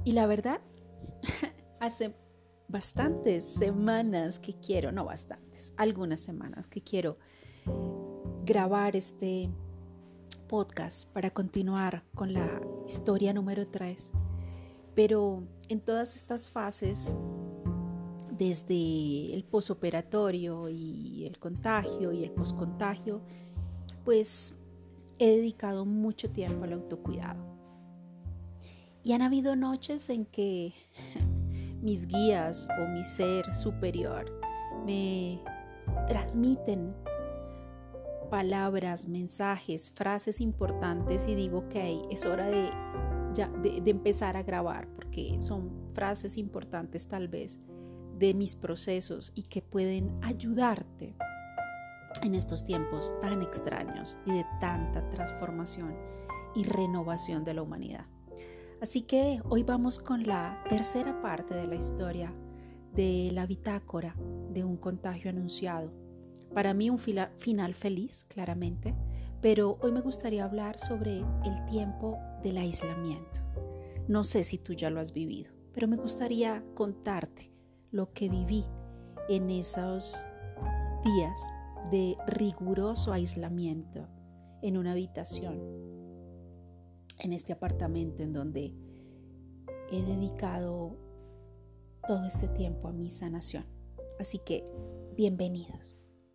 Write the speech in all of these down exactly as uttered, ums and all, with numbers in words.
Y la verdad, hace bastantes semanas que quiero, no bastantes, algunas semanas que quiero grabar este podcast para continuar con la historia número tres. Pero en todas estas fases, desde el posoperatorio y el contagio y el poscontagio, pues he dedicado mucho tiempo al autocuidado. Y han habido noches en que mis guías o mi ser superior me transmiten palabras, mensajes, frases importantes y digo, ok, es hora de, ya, de, de empezar a grabar porque son frases importantes tal vez de mis procesos y que pueden ayudarte en estos tiempos tan extraños y de tanta transformación y renovación de la humanidad. Así que hoy vamos con la tercera parte de la historia de la bitácora de un contagio anunciado. Para mí un fila, final feliz, claramente, pero hoy me gustaría hablar sobre el tiempo del aislamiento. No sé si tú ya lo has vivido, pero me gustaría contarte lo que viví en esos días de riguroso aislamiento en una habitación, en este apartamento en donde he dedicado todo este tiempo a mi sanación. Así que, bienvenidos.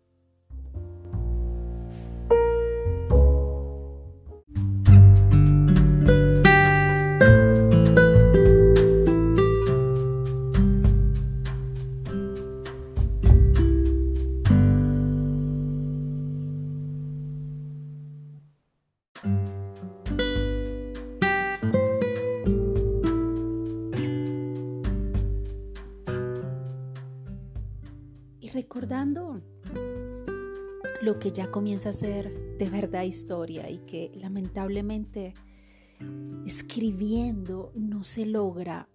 Y recordando lo que ya comienza a ser de verdad historia y que lamentablemente escribiendo no se logra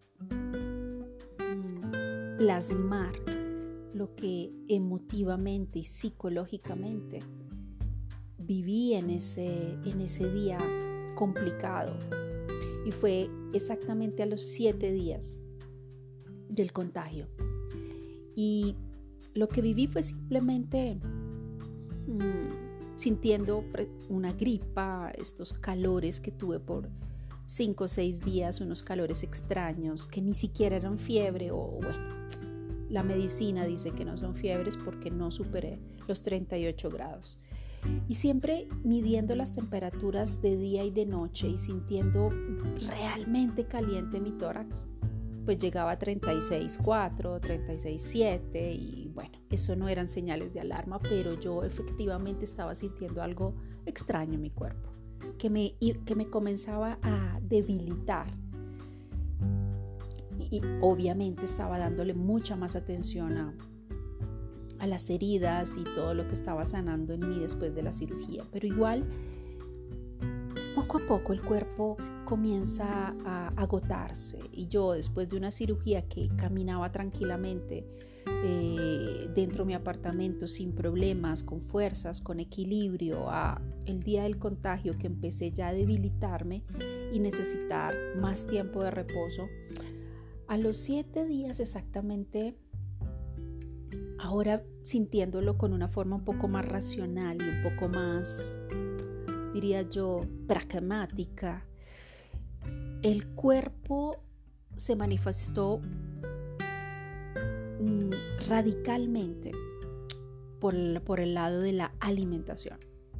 plasmar lo que emotivamente y psicológicamente viví en ese, en ese día complicado. Y fue exactamente a los siete días del contagio. Y lo que viví fue simplemente mmm, sintiendo una gripa, estos calores que tuve por cinco o seis días, unos calores extraños que ni siquiera eran fiebre o bueno, la medicina dice que no son fiebres porque no superé los treinta y ocho grados. Y siempre midiendo las temperaturas de día y de noche y sintiendo realmente caliente mi tórax. Pues llegaba a treinta y seis punto cuatro, treinta y seis punto siete y bueno, eso no eran señales de alarma, pero yo efectivamente estaba sintiendo algo extraño en mi cuerpo, que me, que me comenzaba a debilitar. Y, y obviamente estaba dándole mucha más atención a, a las heridas y todo lo que estaba sanando en mí después de la cirugía, pero igual poco a poco el cuerpo comienza a agotarse y yo después de una cirugía que caminaba tranquilamente eh, dentro de mi apartamento sin problemas, con fuerzas, con equilibrio, a el día del contagio que empecé ya a debilitarme y necesitar más tiempo de reposo, a los siete días exactamente, ahora sintiéndolo con una forma un poco más racional y un poco más, diría yo, pragmática, el cuerpo se manifestó mm, radicalmente por el, por el lado de la alimentación.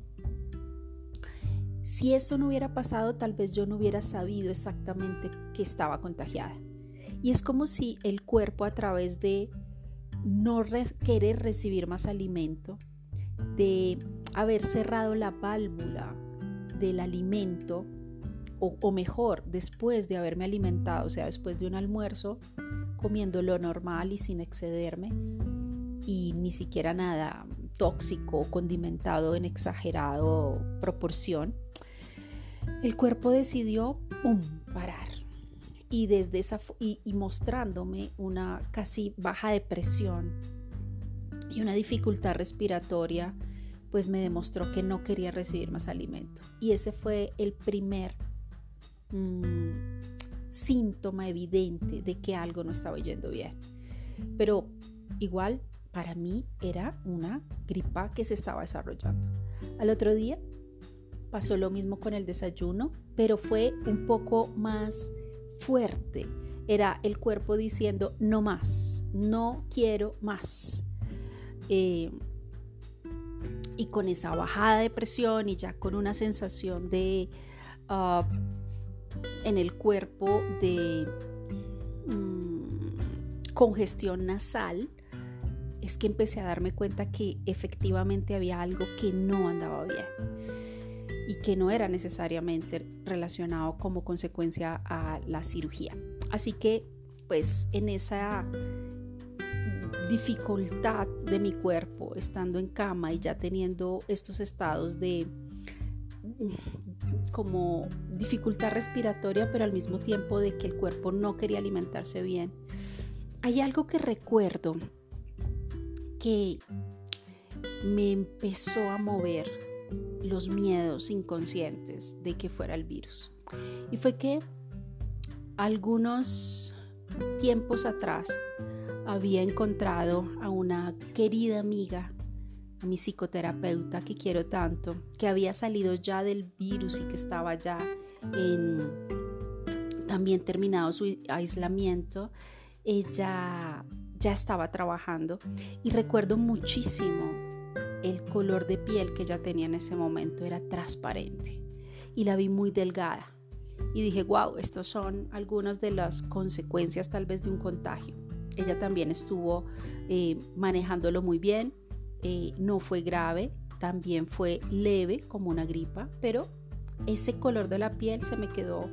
Si eso no hubiera pasado, tal vez yo no hubiera sabido exactamente que estaba contagiada. Y es como si el cuerpo, a través de no re- querer recibir más alimento, de haber cerrado la válvula del alimento, o, o mejor, después de haberme alimentado, o sea, después de un almuerzo, comiendo lo normal y sin excederme, y ni siquiera nada tóxico o condimentado en exagerado proporción, el cuerpo decidió ¡pum!, parar. Y, desde esa, y, y mostrándome una casi baja de presión y una dificultad respiratoria, pues me demostró que no quería recibir más alimento. Y ese fue el primer, mmm, síntoma evidente de que algo no estaba yendo bien. Pero igual para mí era una gripa que se estaba desarrollando. Al otro día pasó lo mismo con el desayuno, pero fue un poco más fuerte. Era el cuerpo diciendo no más, no quiero más. Eh, y con esa bajada de presión y ya con una sensación de uh, en el cuerpo de um, congestión nasal, es que empecé a darme cuenta que efectivamente había algo que no andaba bien y que no era necesariamente relacionado como consecuencia a la cirugía. Así que pues en esa dificultad de mi cuerpo, estando en cama y ya teniendo estos estados de como dificultad respiratoria, pero al mismo tiempo de que el cuerpo no quería alimentarse bien, hay algo que recuerdo que me empezó a mover los miedos inconscientes de que fuera el virus. Y fue que algunos tiempos atrás había encontrado a una querida amiga, a mi psicoterapeuta que quiero tanto, que había salido ya del virus y que estaba ya en también terminado su aislamiento. Ella ya estaba trabajando y recuerdo muchísimo el color de piel que ella tenía en ese momento. Era transparente y la vi muy delgada y dije, wow, estos son algunas de las consecuencias tal vez de un contagio. Ella también estuvo eh, manejándolo muy bien, eh, no fue grave, también fue leve como una gripa, pero ese color de la piel se me quedó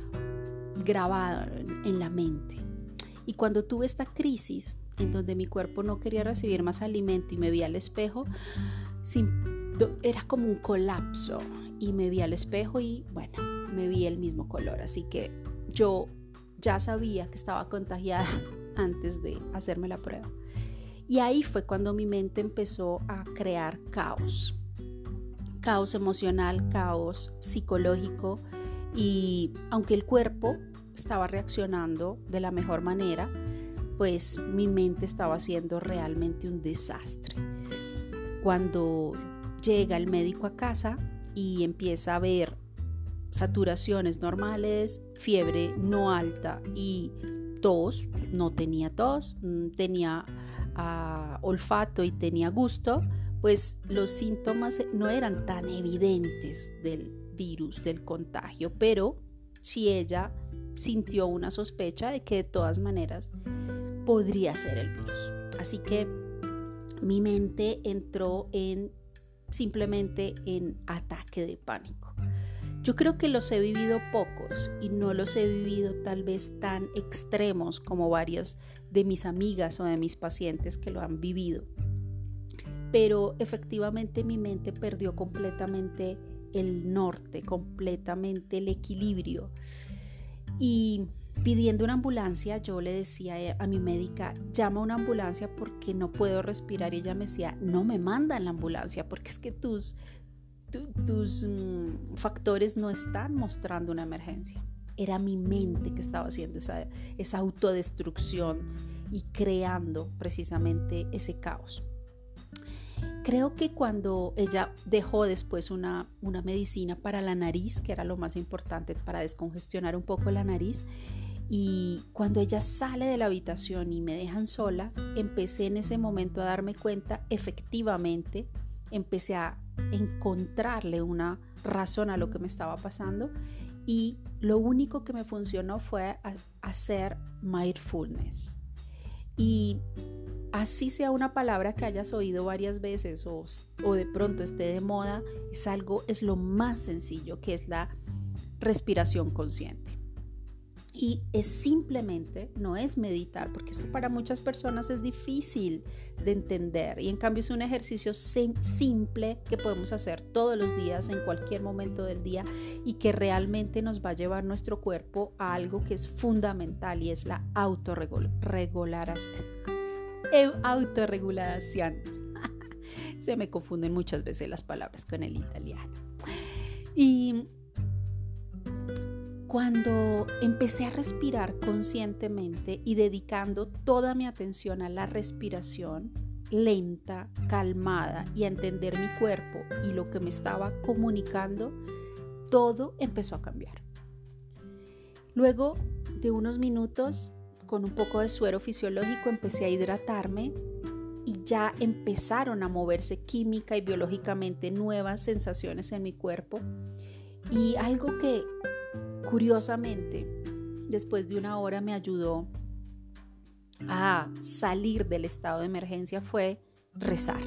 grabado en, en la mente. Y cuando tuve esta crisis en donde mi cuerpo no quería recibir más alimento y me vi al espejo, sin, era como un colapso y me vi al espejo y bueno, me vi el mismo color. Así que yo ya sabía que estaba contagiada antes de hacerme la prueba. Y ahí fue cuando mi mente empezó a crear caos. Caos emocional, caos psicológico. Y aunque el cuerpo estaba reaccionando de la mejor manera, pues mi mente estaba haciendo realmente un desastre. Cuando llega el médico a casa y empieza a ver saturaciones normales, fiebre no alta y tos, no tenía tos, tenía uh, olfato y tenía gusto, pues los síntomas no eran tan evidentes del virus, del contagio, pero sí ella sintió una sospecha de que de todas maneras podría ser el virus. Así que mi mente entró en simplemente en ataque de pánico. Yo creo que los he vivido pocos y no los he vivido tal vez tan extremos como varias de mis amigas o de mis pacientes que lo han vivido. Pero efectivamente mi mente perdió completamente el norte, completamente el equilibrio. Y pidiendo una ambulancia, yo le decía a mi médica, llama a una ambulancia porque no puedo respirar. Y ella me decía, no me mandan la ambulancia porque es que tus, tu, tus mm, factores no están mostrando una emergencia. Era mi mente que estaba haciendo esa, esa autodestrucción y creando precisamente ese caos. Creo que cuando ella dejó después una, una medicina para la nariz, que era lo más importante para descongestionar un poco la nariz, y cuando ella sale de la habitación y me dejan sola, empecé en ese momento a darme cuenta, efectivamente, empecé a encontrarle una razón a lo que me estaba pasando y lo único que me funcionó fue hacer mindfulness. Y así sea una palabra que hayas oído varias veces o, o de pronto esté de moda, es algo, es lo más sencillo, que es la respiración consciente. Y es simplemente, no es meditar, porque esto para muchas personas es difícil de entender y en cambio es un ejercicio sim- simple que podemos hacer todos los días, en cualquier momento del día y que realmente nos va a llevar nuestro cuerpo a algo que es fundamental y es la autorregulación. Autorregulación. Se me confunden muchas veces las palabras con el italiano. Y Cuando empecé a respirar conscientemente y dedicando toda mi atención a la respiración lenta, calmada y a entender mi cuerpo y lo que me estaba comunicando, todo empezó a cambiar. Luego de unos minutos, con un poco de suero fisiológico, empecé a hidratarme y ya empezaron a moverse química y biológicamente nuevas sensaciones en mi cuerpo. Y algo que, curiosamente, después de una hora me ayudó a salir del estado de emergencia fue rezar.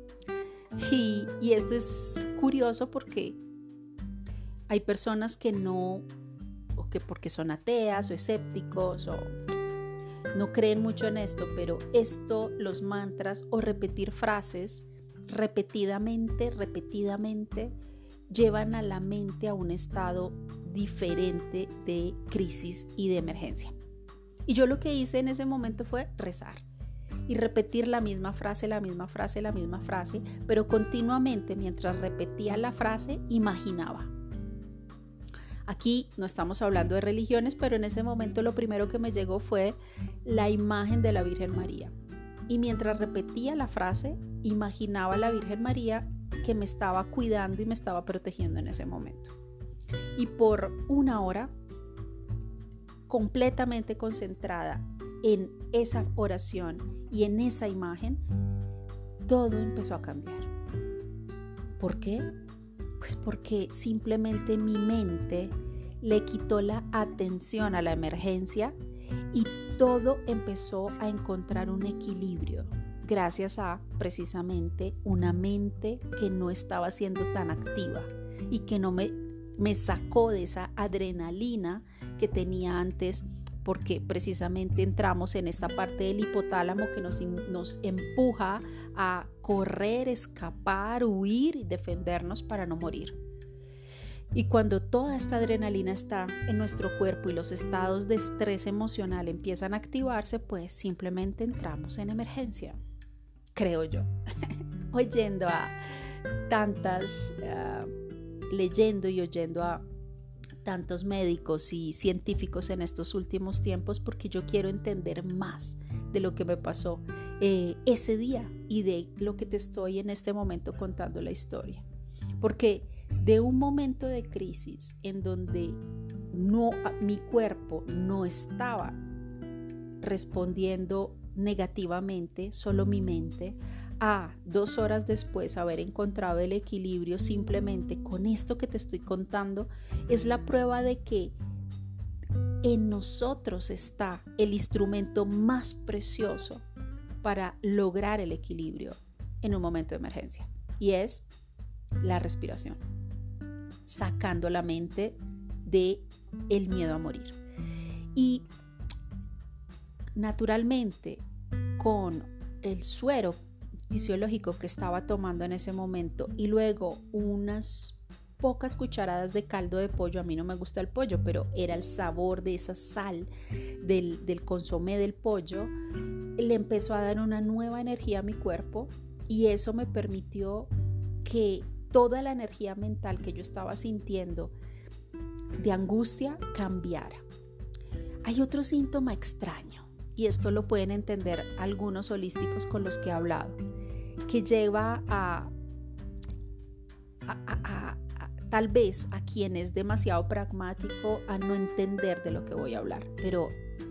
Y, y esto es curioso porque hay personas que no, o que porque son ateas o escépticos o no creen mucho en esto, pero esto, los mantras o repetir frases repetidamente, repetidamente, llevan a la mente a un estado diferente de crisis y de emergencia. Y yo lo que hice en ese momento fue rezar y repetir la misma frase, la misma frase, la misma frase, pero continuamente mientras repetía la frase, imaginaba. Aquí no estamos hablando de religiones, pero en ese momento lo primero que me llegó fue la imagen de la Virgen María. Y mientras repetía la frase, imaginaba a la Virgen María que me estaba cuidando y me estaba protegiendo en ese momento. Y por una hora, completamente concentrada en esa oración y en esa imagen, todo empezó a cambiar. ¿Por qué? Pues porque simplemente mi mente le quitó la atención a la emergencia y todo empezó a encontrar un equilibrio gracias a precisamente una mente que no estaba siendo tan activa y que no me, me sacó de esa adrenalina que tenía antes, porque precisamente entramos en esta parte del hipotálamo que nos, nos empuja a correr, escapar, huir y defendernos para no morir. Y cuando toda esta adrenalina está en nuestro cuerpo y los estados de estrés emocional empiezan a activarse, pues simplemente entramos en emergencia, creo yo. Oyendo a tantas, uh, leyendo y oyendo a tantos médicos y científicos en estos últimos tiempos, porque yo quiero entender más de lo que me pasó eh, ese día y de lo que te estoy en este momento contando la historia. Porque de un momento de crisis en donde no, mi cuerpo no estaba respondiendo negativamente, solo mi mente, a dos horas después haber encontrado el equilibrio simplemente con esto que te estoy contando, es la prueba de que en nosotros está el instrumento más precioso para lograr el equilibrio en un momento de emergencia, y es la respiración, sacando la mente de el miedo a morir. Y naturalmente, con el suero fisiológico que estaba tomando en ese momento y luego unas pocas cucharadas de caldo de pollo, a mí no me gusta el pollo, pero era el sabor de esa sal del, del consomé del pollo, le empezó a dar una nueva energía a mi cuerpo y eso me permitió que toda la energía mental que yo estaba sintiendo de angustia cambiara. Hay otro síntoma extraño, y esto lo pueden entender algunos holísticos con los que he hablado, que lleva a, a, a, a, a tal vez a quien es demasiado pragmático a no entender de lo que voy a hablar, pero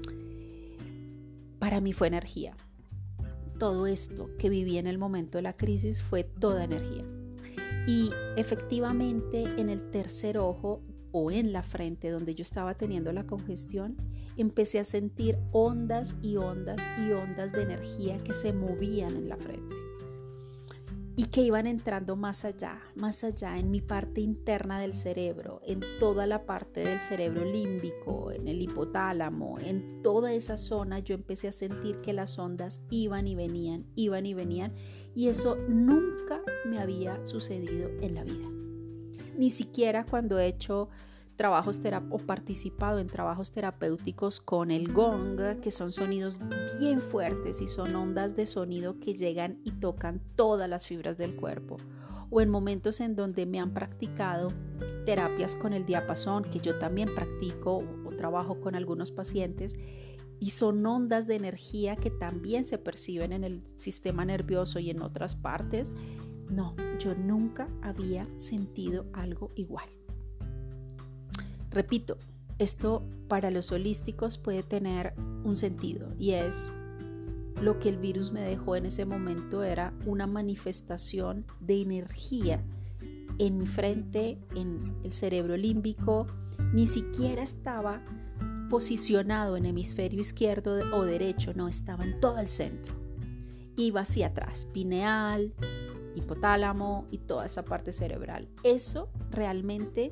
para mí fue energía. Todo esto que viví en el momento de la crisis fue toda energía. Y efectivamente en el tercer ojo o en la frente donde yo estaba teniendo la congestión, empecé a sentir ondas y ondas y ondas de energía que se movían en la frente y que iban entrando más allá, más allá en mi parte interna del cerebro, en toda la parte del cerebro límbico, en el hipotálamo, en toda esa zona yo empecé a sentir que las ondas iban y venían, iban y venían, y eso nunca me había sucedido en la vida. Ni siquiera cuando he hecho trabajos terap- o participado en trabajos terapéuticos con el gong, que son sonidos bien fuertes y son ondas de sonido que llegan y tocan todas las fibras del cuerpo, o en momentos en donde me han practicado terapias con el diapasón, que yo también practico o trabajo con algunos pacientes, y son ondas de energía que también se perciben en el sistema nervioso y en otras partes. No, yo nunca había sentido algo igual. Repito, esto para los holísticos puede tener un sentido, y es lo que el virus me dejó en ese momento era una manifestación de energía en mi frente, en el cerebro límbico. Ni siquiera estaba posicionado en hemisferio izquierdo o derecho, no, estaba en todo el centro. Iba hacia atrás, pineal, hipotálamo y toda esa parte cerebral. Eso realmente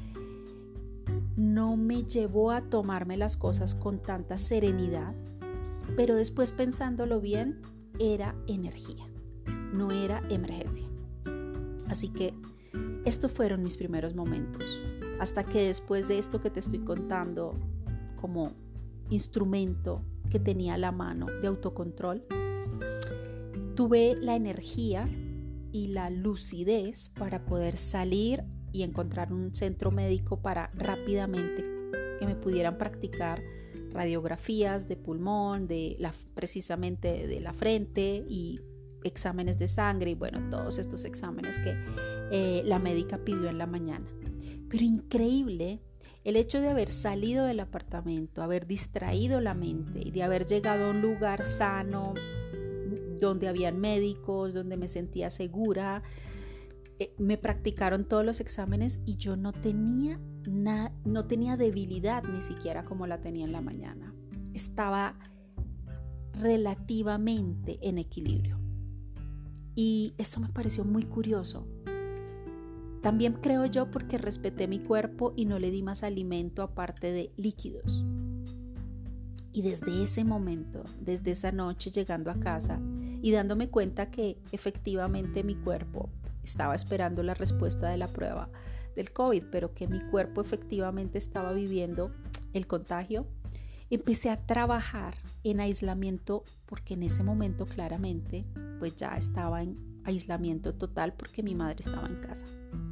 no me llevó a tomarme las cosas con tanta serenidad, pero después pensándolo bien, era energía, no era emergencia. Así que estos fueron mis primeros momentos, hasta que después de esto que te estoy contando como instrumento que tenía a la mano de autocontrol, tuve la energía y la lucidez para poder salir y encontrar un centro médico para rápidamente que me pudieran practicar radiografías de pulmón, de la, precisamente de la frente, y exámenes de sangre, y bueno, todos estos exámenes que eh, la médica pidió en la mañana. Pero increíble el hecho de haber salido del apartamento, haber distraído la mente y de haber llegado a un lugar sano, donde habían médicos, donde me sentía segura. Eh, me practicaron todos los exámenes y yo no tenía na- no tenía debilidad ni siquiera como la tenía en la mañana. Estaba relativamente en equilibrio. Y eso me pareció muy curioso. También creo yo porque respeté mi cuerpo y no le di más alimento aparte de líquidos. Y desde ese momento, desde esa noche llegando a casa y dándome cuenta que efectivamente mi cuerpo estaba esperando la respuesta de la prueba del COVID, pero que mi cuerpo efectivamente estaba viviendo el contagio, empecé a trabajar en aislamiento, porque en ese momento claramente pues ya estaba en aislamiento total porque mi madre estaba en casa.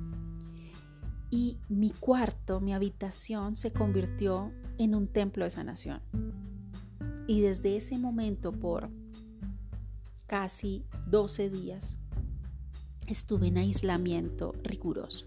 Y mi cuarto, mi habitación se convirtió en un templo de sanación. Y desde ese momento, por casi doce días, estuve en aislamiento riguroso.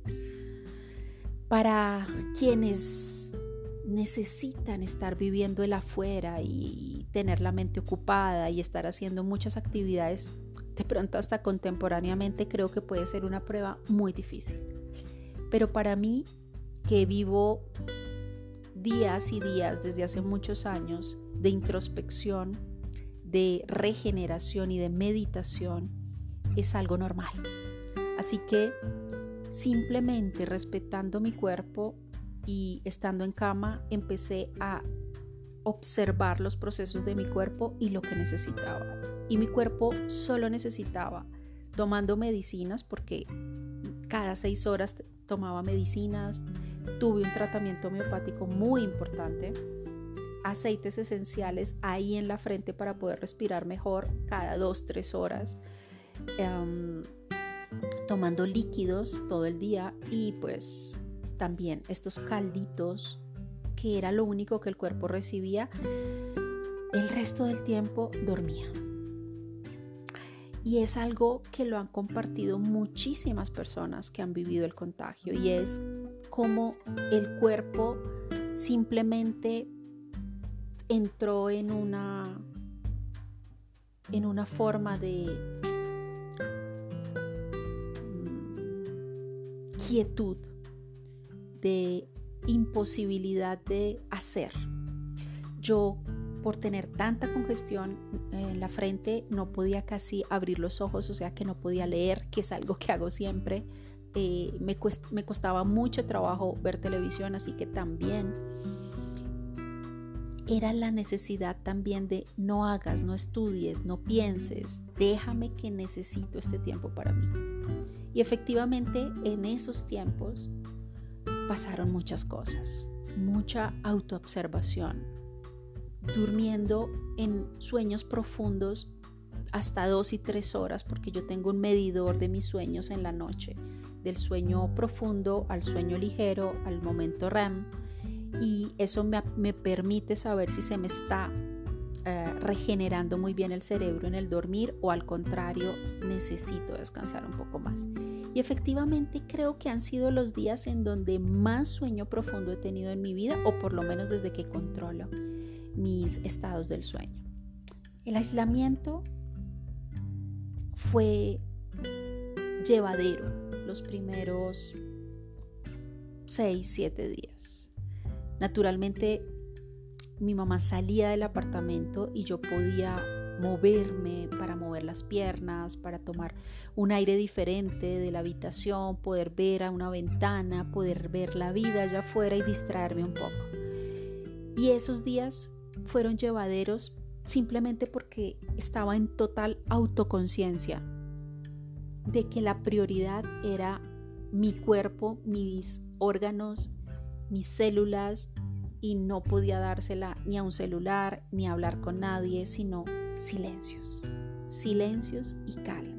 Para quienes necesitan estar viviendo el afuera y tener la mente ocupada y estar haciendo muchas actividades, de pronto hasta contemporáneamente, creo que puede ser una prueba muy difícil. Pero para mí, que vivo días y días desde hace muchos años de introspección, de regeneración y de meditación, es algo normal. Así que simplemente respetando mi cuerpo y estando en cama, empecé a observar los procesos de mi cuerpo y lo que necesitaba. Y mi cuerpo solo necesitaba, tomando medicinas, porque cada seis horas tomaba medicinas, tuve un tratamiento homeopático muy importante, aceites esenciales ahí en la frente para poder respirar mejor cada dos, tres horas, um, tomando líquidos todo el día, y pues también estos calditos, que era lo único que el cuerpo recibía. El resto del tiempo dormía. Y es algo que lo han compartido muchísimas personas que han vivido el contagio, y es como el cuerpo simplemente entró en una, en una forma de quietud, de imposibilidad de hacer. Yo, por tener tanta congestión en la frente, no podía casi abrir los ojos, o sea que no podía leer, que es algo que hago siempre. Eh, me, cuest- me costaba mucho trabajo ver televisión, así que también era la necesidad también de no hagas, no estudies, no pienses, déjame que necesito este tiempo para mí. Y efectivamente en esos tiempos pasaron muchas cosas, mucha autoobservación, durmiendo en sueños profundos hasta dos y tres horas, porque yo tengo un medidor de mis sueños en la noche, del sueño profundo al sueño ligero, al momento R E M, y eso me, me permite saber si se me está eh, regenerando muy bien el cerebro en el dormir o al contrario necesito descansar un poco más. Y efectivamente creo que han sido los días en donde más sueño profundo he tenido en mi vida, o por lo menos desde que controlo mis estados del sueño. El aislamiento fue llevadero los primeros seis, siete días. Naturalmente, mi mamá salía del apartamento y yo podía moverme para mover las piernas, para tomar un aire diferente de la habitación, poder ver a una ventana, poder ver la vida allá afuera y distraerme un poco. Y esos días fueron llevaderos simplemente porque estaba en total autoconciencia de que la prioridad era mi cuerpo, mis órganos, mis células, y no podía dársela ni a un celular, ni a hablar con nadie, sino silencios, silencios y calma.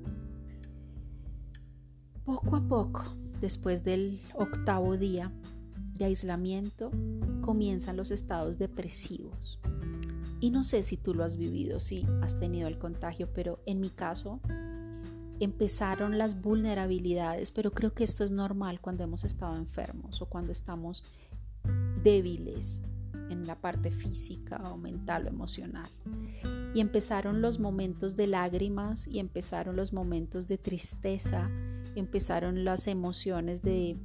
Poco a poco, después del octavo día de aislamiento, comienzan los estados depresivos. Y no sé si tú lo has vivido, si has tenido el contagio, pero en mi caso empezaron las vulnerabilidades, pero creo que esto es normal cuando hemos estado enfermos o cuando estamos débiles en la parte física o mental o emocional. Y empezaron los momentos de lágrimas y empezaron los momentos de tristeza, empezaron las emociones de,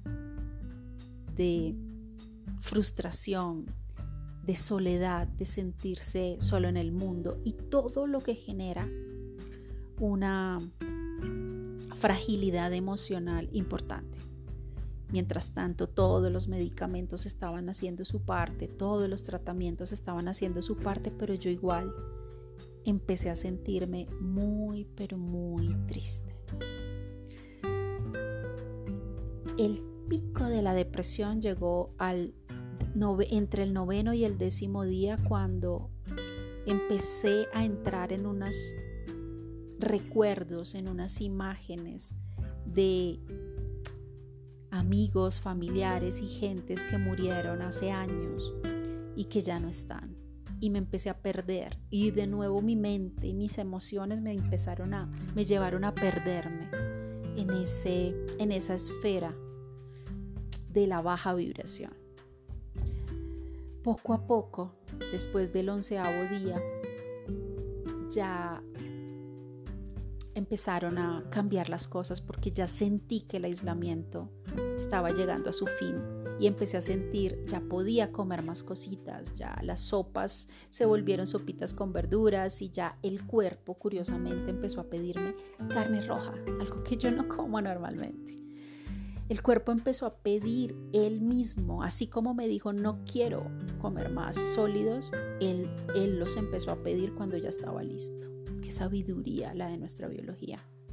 de frustración, de soledad, de sentirse solo en el mundo y todo lo que genera una fragilidad emocional importante. Mientras tanto, todos los medicamentos estaban haciendo su parte, todos los tratamientos estaban haciendo su parte, pero yo igual empecé a sentirme muy, pero muy triste. El pico de la depresión llegó al nove, entre el noveno y el décimo día, cuando empecé a entrar en unos recuerdos, en unas imágenes de amigos, familiares y gentes que murieron hace años y que ya no están. Y me empecé a perder. Y de nuevo mi mente y mis emociones me empezaron a, me llevaron a perderme en ese, en esa esfera de la baja vibración. Poco a poco, después del onceavo día, ya empezaron a cambiar las cosas porque ya sentí que el aislamiento estaba llegando a su fin y empecé a sentir, ya podía comer más cositas, ya las sopas se volvieron sopitas con verduras y ya el cuerpo curiosamente empezó a pedirme carne roja, algo que yo no como normalmente. El cuerpo empezó a pedir él mismo, así como me dijo no quiero comer más sólidos, él, él los empezó a pedir cuando ya estaba listo. Qué sabiduría la de nuestra biología.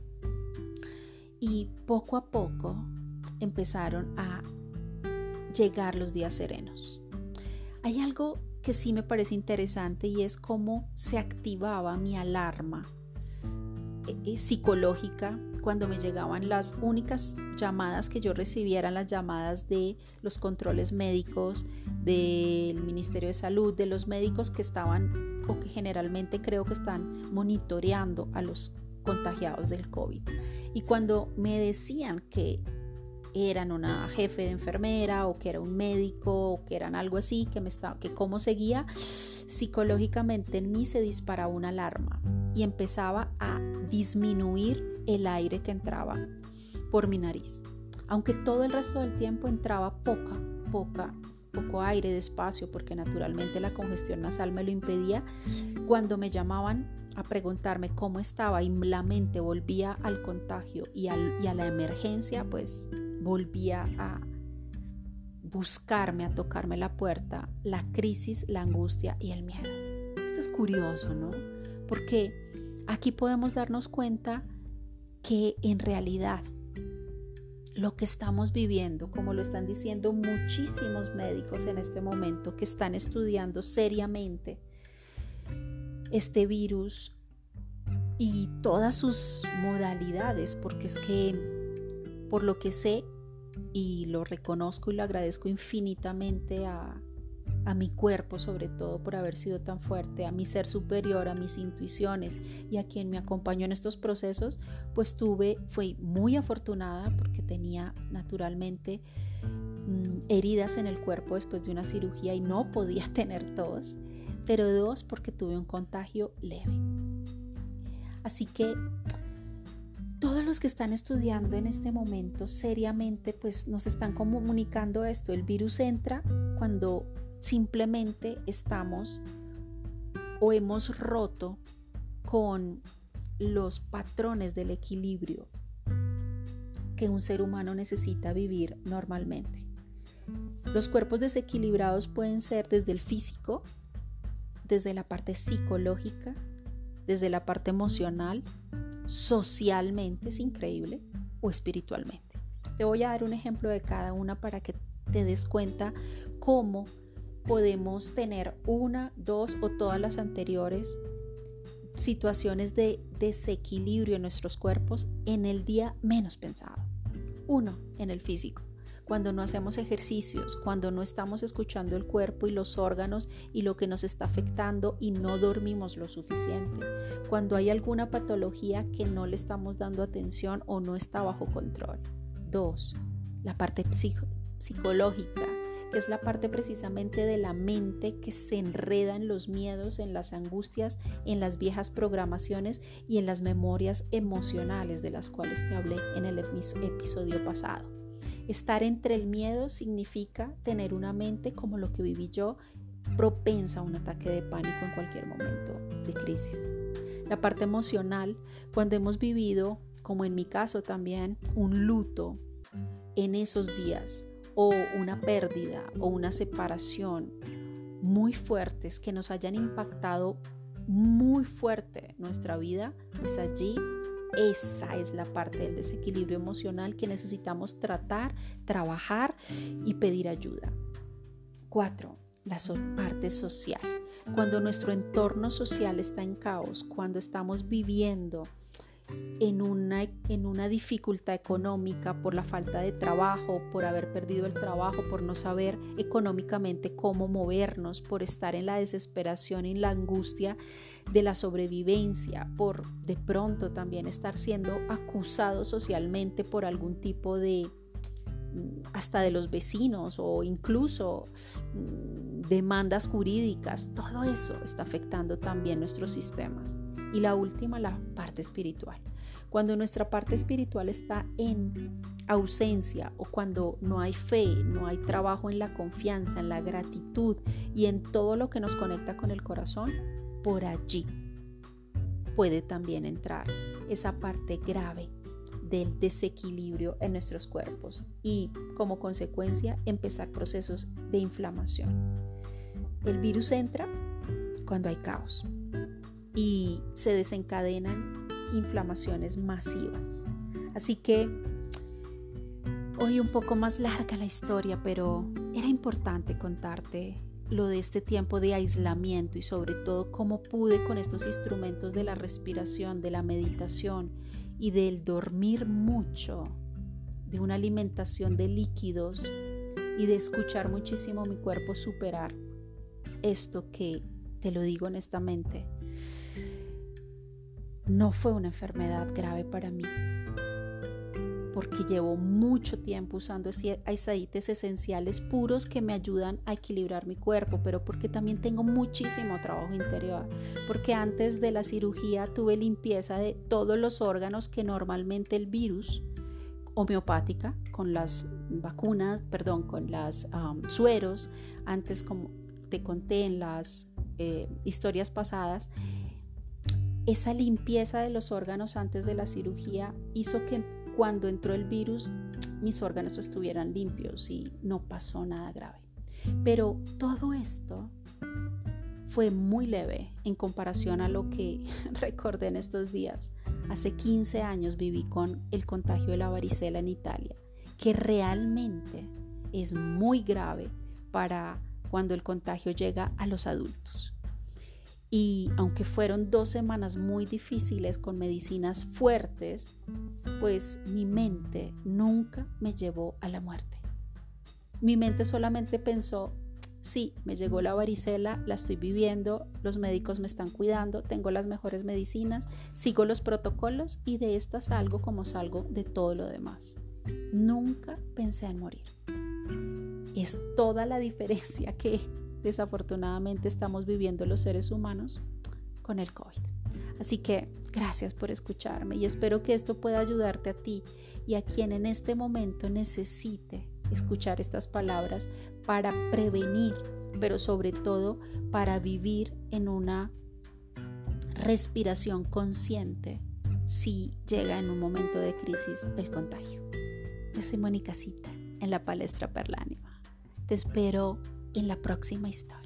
Y poco a poco empezaron a llegar los días serenos. Hay algo que sí me parece interesante y es cómo se activaba mi alarma eh, psicológica cuando me llegaban las únicas llamadas que yo recibía, eran las llamadas de los controles médicos, del Ministerio de Salud, de los médicos que estaban o que generalmente creo que están monitoreando a los contagiados del COVID. Y cuando me decían que eran una jefe de enfermera o que era un médico o que eran algo así, que, me estaba, que cómo seguía, psicológicamente en mí se disparaba una alarma y empezaba a disminuir el aire que entraba por mi nariz. Aunque todo el resto del tiempo entraba poca, poca, poco aire despacio, porque naturalmente la congestión nasal me lo impedía, cuando me llamaban a preguntarme cómo estaba y la mente volvía al contagio y, al, y a la emergencia, pues volvía a buscarme, a tocarme la puerta, la crisis, la angustia y el miedo. Esto es curioso, ¿no? Porque aquí podemos darnos cuenta que en realidad lo que estamos viviendo, como lo están diciendo muchísimos médicos en este momento que están estudiando seriamente este virus y todas sus modalidades, porque es que por lo que sé y lo reconozco y lo agradezco infinitamente a, a mi cuerpo, sobre todo por haber sido tan fuerte, a mi ser superior, a mis intuiciones y a quien me acompañó en estos procesos, pues tuve, fui muy afortunada porque tenía naturalmente mmm, heridas en el cuerpo después de una cirugía y no podía tener tos, pero dos, porque tuve un contagio leve. Así que todos los que están estudiando en este momento seriamente, pues nos están comunicando esto. El virus entra cuando simplemente estamos o hemos roto con los patrones del equilibrio que un ser humano necesita vivir normalmente. Los cuerpos desequilibrados pueden ser desde el físico, desde la parte psicológica, desde la parte emocional, socialmente, es increíble, o espiritualmente. Te voy a dar un ejemplo de cada una para que te des cuenta cómo podemos tener una, dos o todas las anteriores situaciones de desequilibrio en nuestros cuerpos en el día menos pensado. Uno, en el físico. Cuando no hacemos ejercicios, cuando no estamos escuchando el cuerpo y los órganos y lo que nos está afectando y no dormimos lo suficiente, cuando hay alguna patología que no le estamos dando atención o no está bajo control. Dos, la parte psico- psicológica, que es la parte precisamente de la mente que se enreda en los miedos, en las angustias, en las viejas programaciones y en las memorias emocionales de las cuales te hablé en el episodio pasado. Estar entre el miedo significa tener una mente como lo que viví yo, propensa a un ataque de pánico en cualquier momento de crisis. La parte emocional, cuando hemos vivido, como en mi caso también, un luto en esos días o una pérdida o una separación muy fuertes que nos hayan impactado muy fuerte nuestra vida, pues allí esa es la parte del desequilibrio emocional que necesitamos tratar, trabajar y pedir ayuda. Cuatro, la parte social. Cuando nuestro entorno social está en caos, cuando estamos viviendo en una, en una dificultad económica por la falta de trabajo, por haber perdido el trabajo, por no saber económicamente cómo movernos, por estar en la desesperación y en la angustia de la sobrevivencia, por de pronto también estar siendo acusado socialmente por algún tipo de, hasta de los vecinos o incluso demandas jurídicas, todo eso está afectando también nuestros sistemas. Y la última, la parte espiritual. Cuando nuestra parte espiritual está en ausencia o cuando no hay fe, no hay trabajo en la confianza, en la gratitud y en todo lo que nos conecta con el corazón, por allí puede también entrar esa parte grave del desequilibrio en nuestros cuerpos y como consecuencia empezar procesos de inflamación. El virus entra cuando hay caos y se desencadenan inflamaciones masivas. Así que hoy un poco más larga la historia, pero era importante contarte lo de este tiempo de aislamiento y sobre todo cómo pude con estos instrumentos de la respiración, de la meditación y del dormir mucho, de una alimentación de líquidos y de escuchar muchísimo mi cuerpo superar esto que, te lo digo honestamente, no fue una enfermedad grave para mí, porque llevo mucho tiempo usando aceites esenciales puros que me ayudan a equilibrar mi cuerpo, pero porque también tengo muchísimo trabajo interior, porque antes de la cirugía tuve limpieza de todos los órganos que normalmente el virus homeopática, con las vacunas, perdón, con las um, sueros, antes como te conté en las eh, historias pasadas, esa limpieza de los órganos antes de la cirugía hizo que cuando entró el virus mis órganos estuvieran limpios y no pasó nada grave. Pero todo esto fue muy leve en comparación a lo que recordé en estos días. Hace quince años viví con el contagio de la varicela en Italia, que realmente es muy grave para cuando el contagio llega a los adultos. Y aunque fueron dos semanas muy difíciles con medicinas fuertes, pues mi mente nunca me llevó a la muerte. Mi mente solamente pensó, sí, me llegó la varicela, la estoy viviendo, los médicos me están cuidando, tengo las mejores medicinas, sigo los protocolos y de esta salgo como salgo de todo lo demás. Nunca pensé en morir. Es toda la diferencia que desafortunadamente estamos viviendo los seres humanos con el COVID. Así que gracias por escucharme y espero que esto pueda ayudarte a ti y a quien en este momento necesite escuchar estas palabras para prevenir, pero sobre todo para vivir en una respiración consciente si llega en un momento de crisis el contagio. Yo soy Mónica Cita en la Palestra Perlánima. Te espero en la próxima historia.